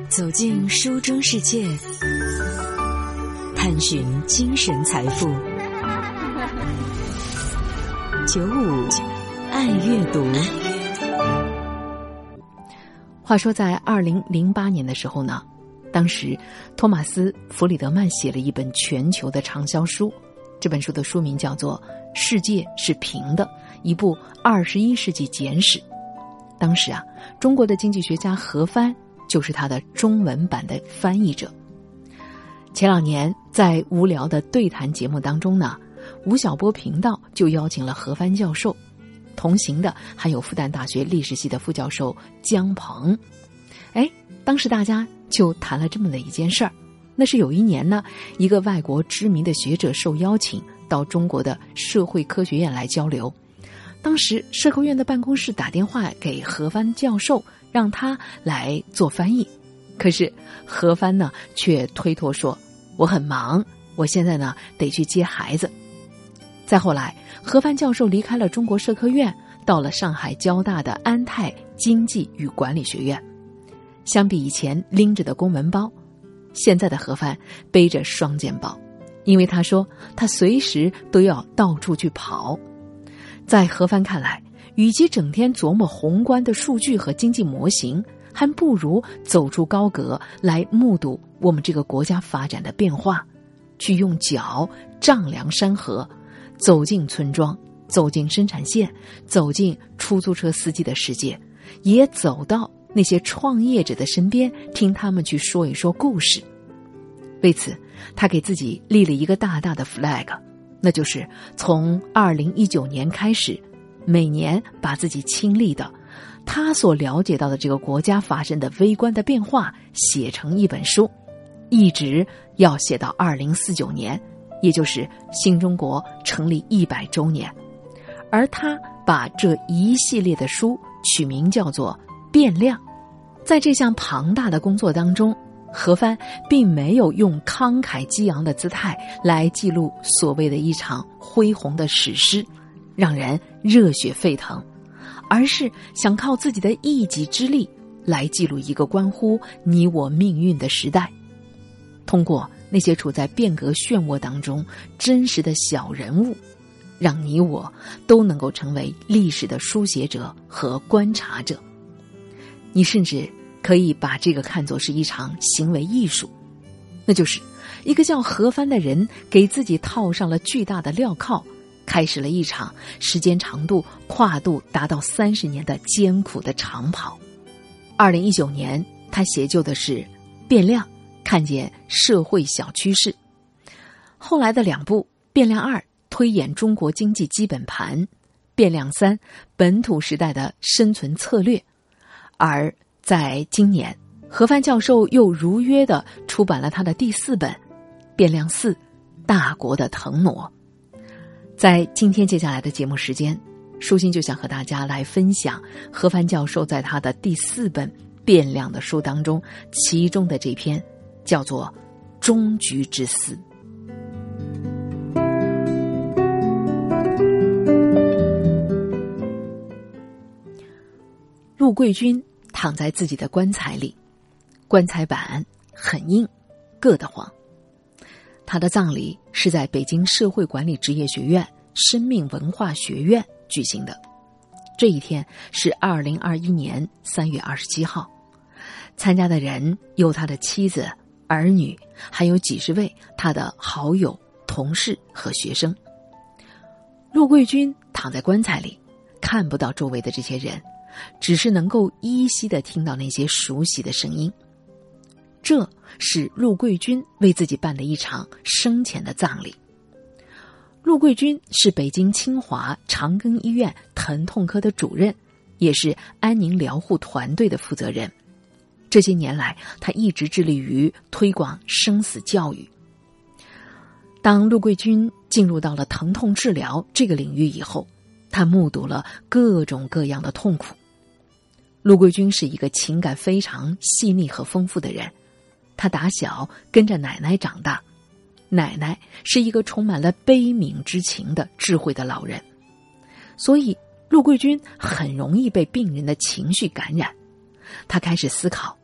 走进书中世界，探寻精神财富。95爱阅读。 话说在2008年的时候呢，当时托马斯·弗里德曼写了一本全球的畅销书，这本书的书名叫做《世界是平的：一部21世纪简史》。当时啊，中国的经济学家何帆就是他的中文版的翻译者。前两年在无聊的对谈节目当中呢，吴晓波频道就邀请了何帆教授，同行的还有复旦大学历史系的副教授姜鹏。当时大家就谈了这么的一件事儿，那是有一年呢，一个外国知名的学者受邀请到中国的社会科学院来交流。当时社科院的办公室打电话给何帆教授，让他来做翻译。可是何帆呢却推脱说，我很忙，我现在呢得去接孩子。再后来，何帆教授离开了中国社科院，到了上海交大的安泰经济与管理学院。相比以前拎着的公文包，现在的何帆背着双肩包，因为他说他随时都要到处去跑。在何帆看来，与其整天琢磨宏观的数据和经济模型，还不如走出高阁来目睹我们这个国家发展的变化，去用脚丈量山河，走进村庄，走进生产线，走进出租车司机的世界，也走到那些创业者的身边，听他们去说一说故事。为此，他给自己立了一个大大的 flag， 那就是从2019年开始，每年把自己亲历的他所了解到的这个国家发生的微观的变化写成一本书，一直要写到2049年，也就是新中国成立100周年。而他把这一系列的书取名叫做变量。在这项庞大的工作当中，何帆并没有用慷慨激昂的姿态来记录所谓的一场恢宏的史诗，让人热血沸腾，而是想靠自己的一己之力来记录一个关乎你我命运的时代。通过那些处在变革漩涡当中真实的小人物，让你我都能够成为历史的书写者和观察者。你甚至可以把这个看作是一场行为艺术，那就是一个叫何帆的人给自己套上了巨大的镣铐，开始了一场时间长度跨度达到30年的艰苦的长跑。2019年，他写就的是变量，看见社会小趋势。后来的2部，变量2推演中国经济基本盘，变量3本土时代的生存策略。而在今年，何帆教授又如约地出版了他的第4本变量4大国的腾挪。在今天接下来的节目时间，舒心就想和大家来分享何帆教授在他的第4本变量的书当中，其中的这篇叫做终局之思。陆桂军躺在自己的棺材里，棺材板很硬，硌得慌。他的葬礼是在北京社会管理职业学院生命文化学院举行的。这一天是2021年3月27号。参加的人有他的妻子、儿女，还有几十位他的好友、同事和学生。陆桂军躺在棺材里，看不到周围的这些人，只是能够依稀地听到那些熟悉的声音。这是陆桂军为自己办的一场生前的葬礼。陆桂军是北京清华长庚医院疼痛科的主任，也是安宁疗护团队的负责人。这些年来，他一直致力于推广生死教育。当陆桂军进入到了疼痛治疗这个领域以后，他目睹了各种各样的痛苦。陆桂军是一个情感非常细腻和丰富的人，他打小跟着奶奶长大，奶奶是一个充满了悲悯之情的智慧的老人，所以陆桂军很容易被病人的情绪感染。他开始思考，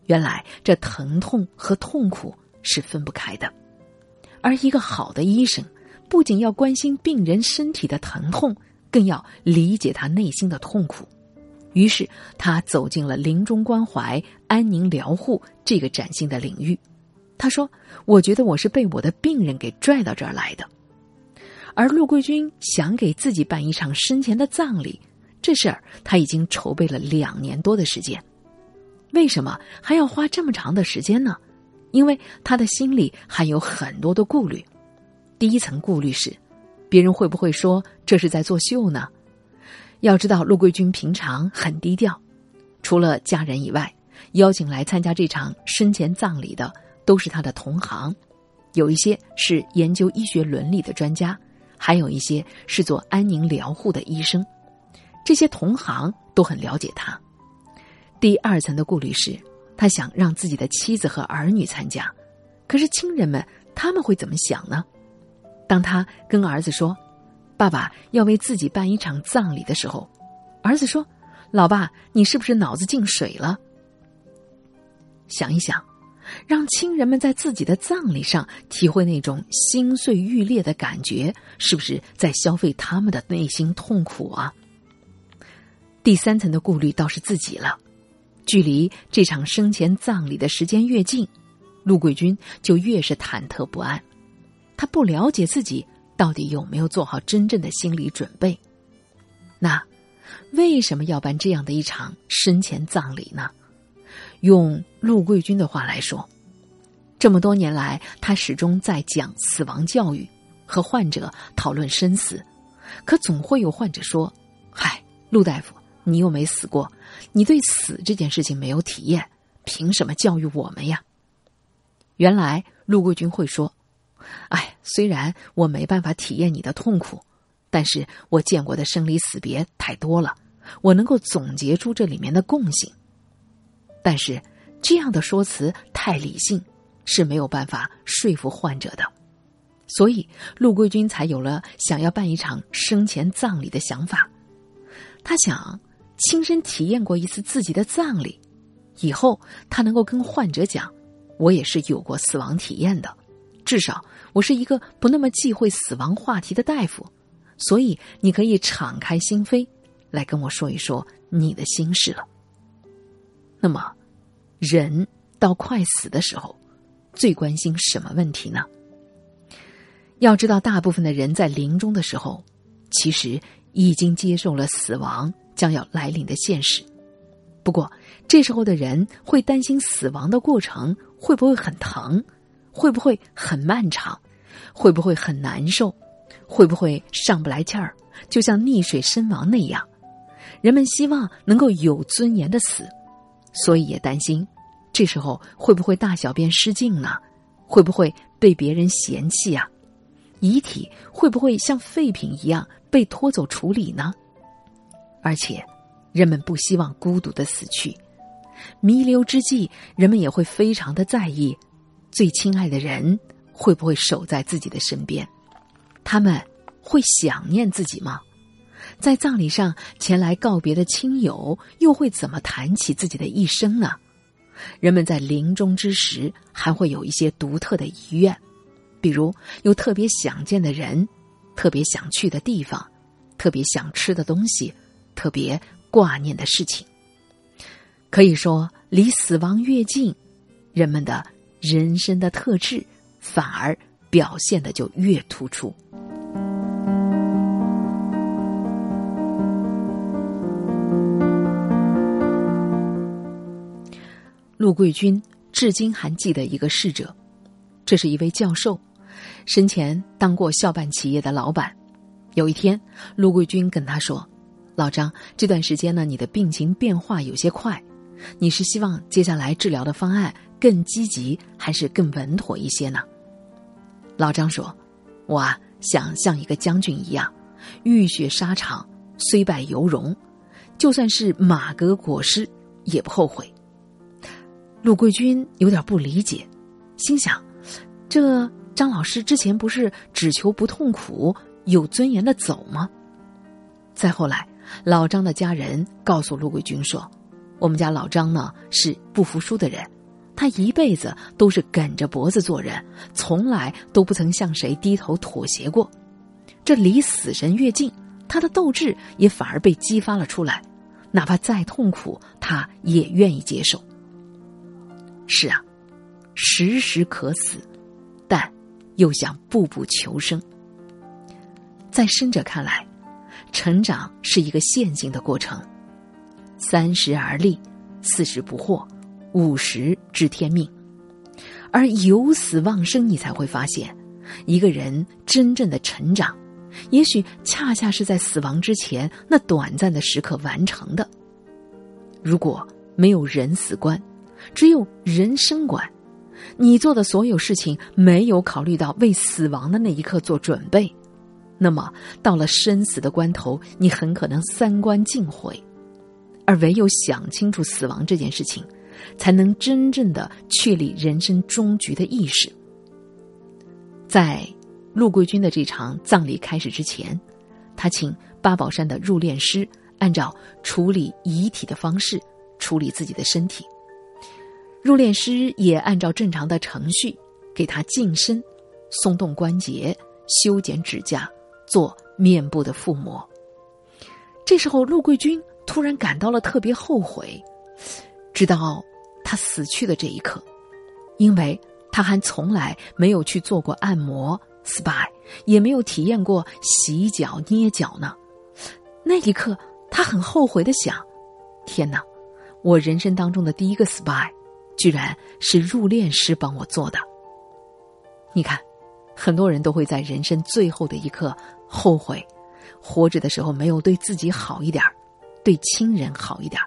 原来这疼痛和痛苦是分不开的。而一个好的医生，不仅要关心病人身体的疼痛，更要理解他内心的痛苦。于是他走进了临终关怀、安宁疗护这个崭新的领域。他说，我觉得我是被我的病人给拽到这儿来的。而陆桂君想给自己办一场生前的葬礼，这事儿他已经筹备了2年多的时间。为什么还要花这么长的时间呢？因为他的心里还有很多的顾虑。第一层顾虑是，别人会不会说这是在作秀呢？要知道陆桂君平常很低调，除了家人以外，邀请来参加这场生前葬礼的都是他的同行，有一些是研究医学伦理的专家，还有一些是做安宁疗护的医生。这些同行都很了解他。第2层的顾虑是，他想让自己的妻子和儿女参加，可是亲人们他们会怎么想呢？当他跟儿子说，爸爸要为自己办一场葬礼的时候，儿子说，老爸，你是不是脑子进水了？想一想，让亲人们在自己的葬礼上体会那种心碎欲裂的感觉，是不是在消费他们的内心痛苦啊？第3层的顾虑倒是自己了。距离这场生前葬礼的时间越近，陆桂君就越是忐忑不安。他不了解自己到底有没有做好真正的心理准备。那为什么要办这样的一场生前葬礼呢？用陆桂君的话来说，这么多年来，他始终在讲死亡教育，和患者讨论生死，可总会有患者说，嗨，陆大夫，你又没死过，你对死这件事情没有体验，凭什么教育我们呀？原来陆桂君会说，哎，虽然我没办法体验你的痛苦，但是我见过的生离死别太多了，我能够总结出这里面的共性。但是这样的说辞太理性，是没有办法说服患者的。所以陆桂君才有了想要办一场生前葬礼的想法。他想亲身体验过一次自己的葬礼，以后他能够跟患者讲，我也是有过死亡体验的，至少我是一个不那么忌讳死亡话题的大夫，所以你可以敞开心扉来跟我说一说你的心事了。那么人到快死的时候，最关心什么问题呢？要知道，大部分的人在临终的时候，其实已经接受了死亡将要来临的现实。不过这时候的人会担心死亡的过程会不会很疼，会不会很漫长，会不会很难受，会不会上不来气儿，就像溺水身亡那样。人们希望能够有尊严的死，所以也担心这时候会不会大小便失禁呢？会不会被别人嫌弃啊？遗体会不会像废品一样被拖走处理呢？而且人们不希望孤独的死去，弥留之际，人们也会非常的在意最亲爱的人会不会守在自己的身边，他们会想念自己吗？在葬礼上前来告别的亲友又会怎么谈起自己的一生呢？人们在临终之时还会有一些独特的遗愿，比如有特别想见的人，特别想去的地方，特别想吃的东西，特别挂念的事情。可以说，离死亡越近，人们的人生的特质反而表现的就越突出。陆桂君至今还记得一个逝者，这是一位教授，生前当过校办企业的老板。有一天，陆桂君跟他说，老张，这段时间呢，你的病情变化有些快，你是希望接下来治疗的方案更积极还是更稳妥一些呢？老张说，我想像一个将军一样，浴血沙场，虽败犹荣，就算是马革裹尸也不后悔。陆桂君有点不理解，心想，这张老师之前不是只求不痛苦，有尊严的走吗？再后来，老张的家人告诉陆桂君说，我们家老张呢是不服输的人， 他一辈子都是梗着脖子做人，从来都不曾向谁低头妥协过。这离死神越近，他的斗志也反而被激发了出来，哪怕再痛苦，他也愿意接受。是啊，时时可死，但又想步步求生。在生者看来，成长是一个线性的过程，30而立，40不惑，50知天命。而由死忘生，你才会发现，一个人真正的成长，也许恰恰是在死亡之前那短暂的时刻完成的。如果没有人死观，只有人生观，你做的所有事情没有考虑到为死亡的那一刻做准备，那么到了生死的关头，你很可能三观尽毁。而唯有想清楚死亡这件事情，才能真正的确立人生终局的意识。在陆桂君的这场葬礼开始之前，他请八宝山的入殓师按照处理遗体的方式处理自己的身体。入殓师也按照正常的程序给他净身、松动关节、修剪指甲、做面部的覆膜。这时候陆桂君突然感到了特别后悔，直到他死去的这一刻，因为他还从来没有去做过按摩 SPA， 也没有体验过洗脚捏脚呢。那一刻他很后悔地想，天哪，我人生当中的第一个 SPA居然是入殓师帮我做的。你看，很多人都会在人生最后的一刻后悔，活着的时候没有对自己好一点，对亲人好一点。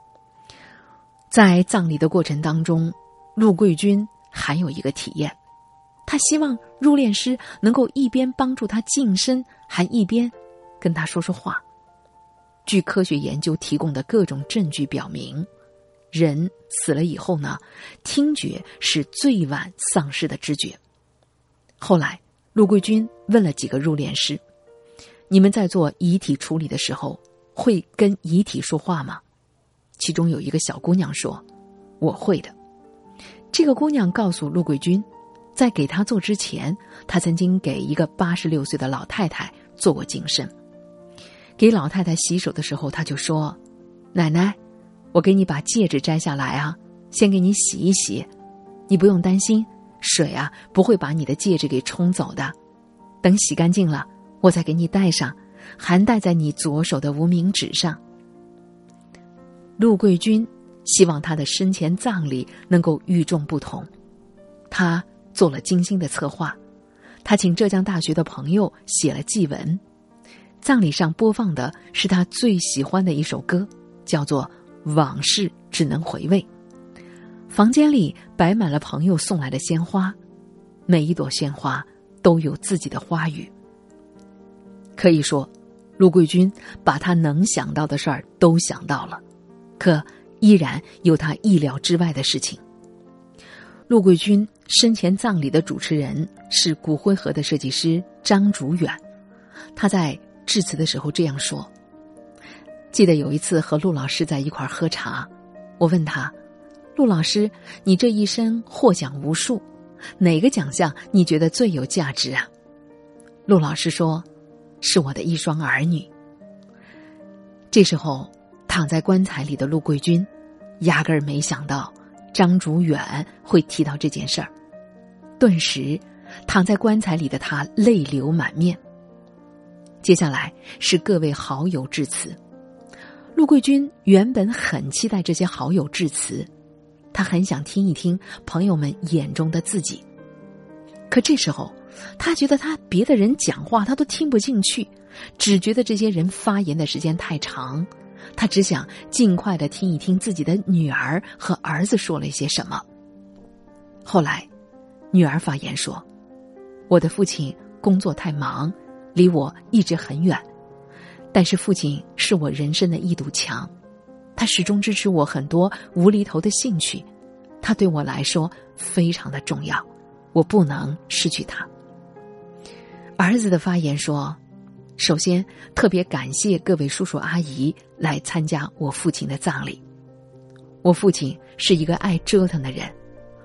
在葬礼的过程当中，陆桂君还有一个体验，他希望入殓师能够一边帮助他净身，还一边跟他说说话。据科学研究提供的各种证据表明，人死了以后呢，听觉是最晚丧失的知觉。后来陆桂君问了几个入殓师，你们在做遗体处理的时候会跟遗体说话吗？其中有一个小姑娘说，我会的。这个姑娘告诉陆桂君，在给她做之前，她曾经给一个86岁的老太太做过净身。给老太太洗手的时候，她就说，奶奶，我给你把戒指摘下来啊，先给你洗一洗，你不用担心，水啊不会把你的戒指给冲走的，等洗干净了，我再给你戴上，还戴在你左手的无名指上。陆桂君希望她的生前葬礼能够与众不同，她做了精心的策划，她请浙江大学的朋友写了祭文，葬礼上播放的是她最喜欢的一首歌，叫做《往事只能回味》。房间里摆满了朋友送来的鲜花，每一朵鲜花都有自己的花语。可以说，陆桂君把她能想到的事儿都想到了，可依然有她意料之外的事情。陆桂君生前葬礼的主持人是骨灰盒的设计师张竹远，他在致辞的时候这样说，记得有一次和陆老师在一块喝茶，我问他，陆老师，你这一生获奖无数，哪个奖项你觉得最有价值啊？陆老师说，是我的一双儿女。这时候躺在棺材里的陆桂君压根儿没想到张竹远会提到这件事儿，顿时躺在棺材里的他泪流满面。接下来是各位好友致辞。陆桂君原本很期待这些好友致辞，他很想听一听朋友们眼中的自己。可这时候他觉得他别的人讲话他都听不进去，只觉得这些人发言的时间太长，他只想尽快地听一听自己的女儿和儿子说了一些什么。后来女儿发言说，我的父亲工作太忙，离我一直很远，但是父亲是我人生的一堵墙，他始终支持我很多无厘头的兴趣，他对我来说非常的重要，我不能失去他。儿子的发言说，首先特别感谢各位叔叔阿姨来参加我父亲的葬礼。我父亲是一个爱折腾的人，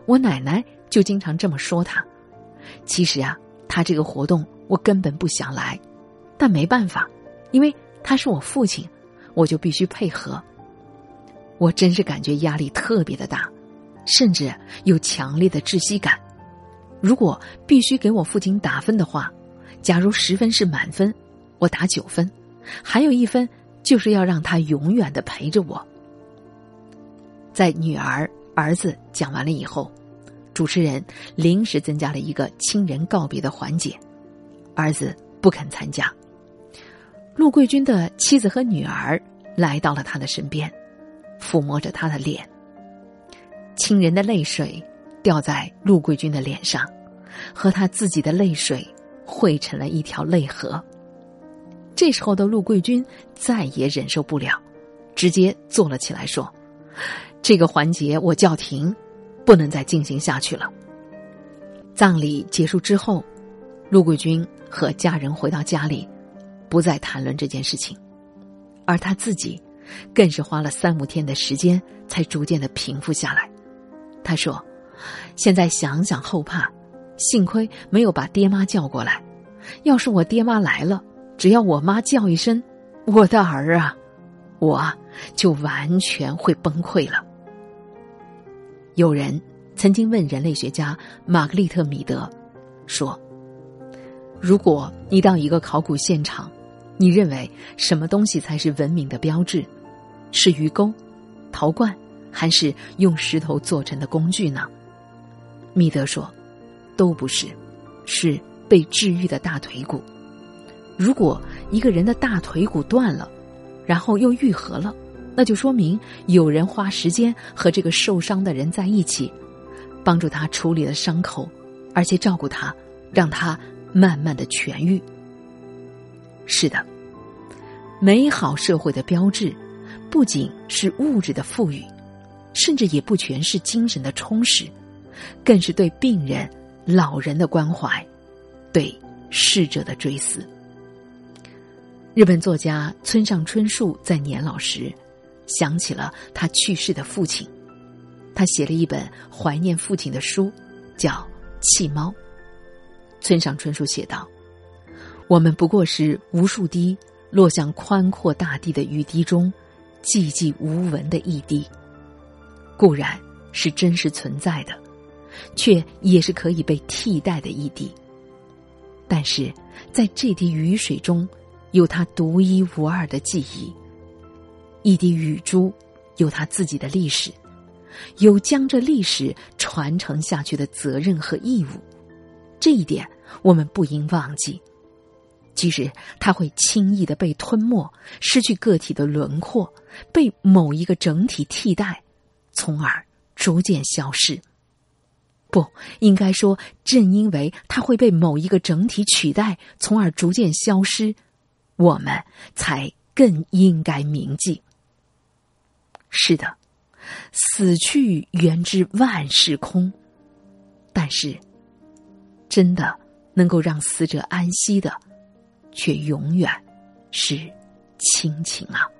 我奶奶就经常这么说他。其实啊，他这个活动我根本不想来，但没办法，因为他是我父亲，我就必须配合。我真是感觉压力特别的大，甚至有强烈的窒息感。如果必须给我父亲打分的话，假如10分是满分，我打9分，还有1分就是要让他永远的陪着我。在女儿、儿子讲完了以后，主持人临时增加了一个亲人告别的环节，儿子不肯参加。陆桂军的妻子和女儿来到了他的身边，抚摸着他的脸，亲人的泪水掉在陆桂军的脸上，和他自己的泪水汇成了一条泪河。这时候的陆桂军再也忍受不了，直接坐了起来说，这个环节我叫停，不能再进行下去了。葬礼结束之后，陆桂军和家人回到家里，不再谈论这件事情，而他自己更是花了3、5天的时间才逐渐的平复下来。他说，现在想想后怕，幸亏没有把爹妈叫过来，要是我爹妈来了，只要我妈叫一声我的儿啊，我就完全会崩溃了。有人曾经问人类学家玛格丽特·米德说，如果你到一个考古现场，你认为什么东西才是文明的标志？是鱼钩、陶罐，还是用石头做成的工具呢？米德说，都不是，是被治愈的大腿骨。如果一个人的大腿骨断了，然后又愈合了，那就说明有人花时间和这个受伤的人在一起，帮助他处理了伤口，而且照顾他，让他慢慢的痊愈。是的，美好社会的标志不仅是物质的富裕，甚至也不全是精神的充实，更是对病人、老人的关怀，对逝者的追思。日本作家村上春树在年老时想起了他去世的父亲，他写了一本怀念父亲的书，叫《弃猫》。村上春树写道，我们不过是无数滴落向宽阔大地的雨滴中寂寂无闻的一滴，固然是真实存在的，却也是可以被替代的一滴。但是在这滴雨水中有它独一无二的记忆，一滴雨珠有它自己的历史，有将这历史传承下去的责任和义务。这一点我们不应忘记，即使它会轻易地被吞没，失去个体的轮廓，被某一个整体替代，从而逐渐消失。不，应该说，正因为它会被某一个整体取代，从而逐渐消失，我们才更应该铭记。是的，死去原知万事空，但是真的能够让死者安息的，却永远是亲情啊。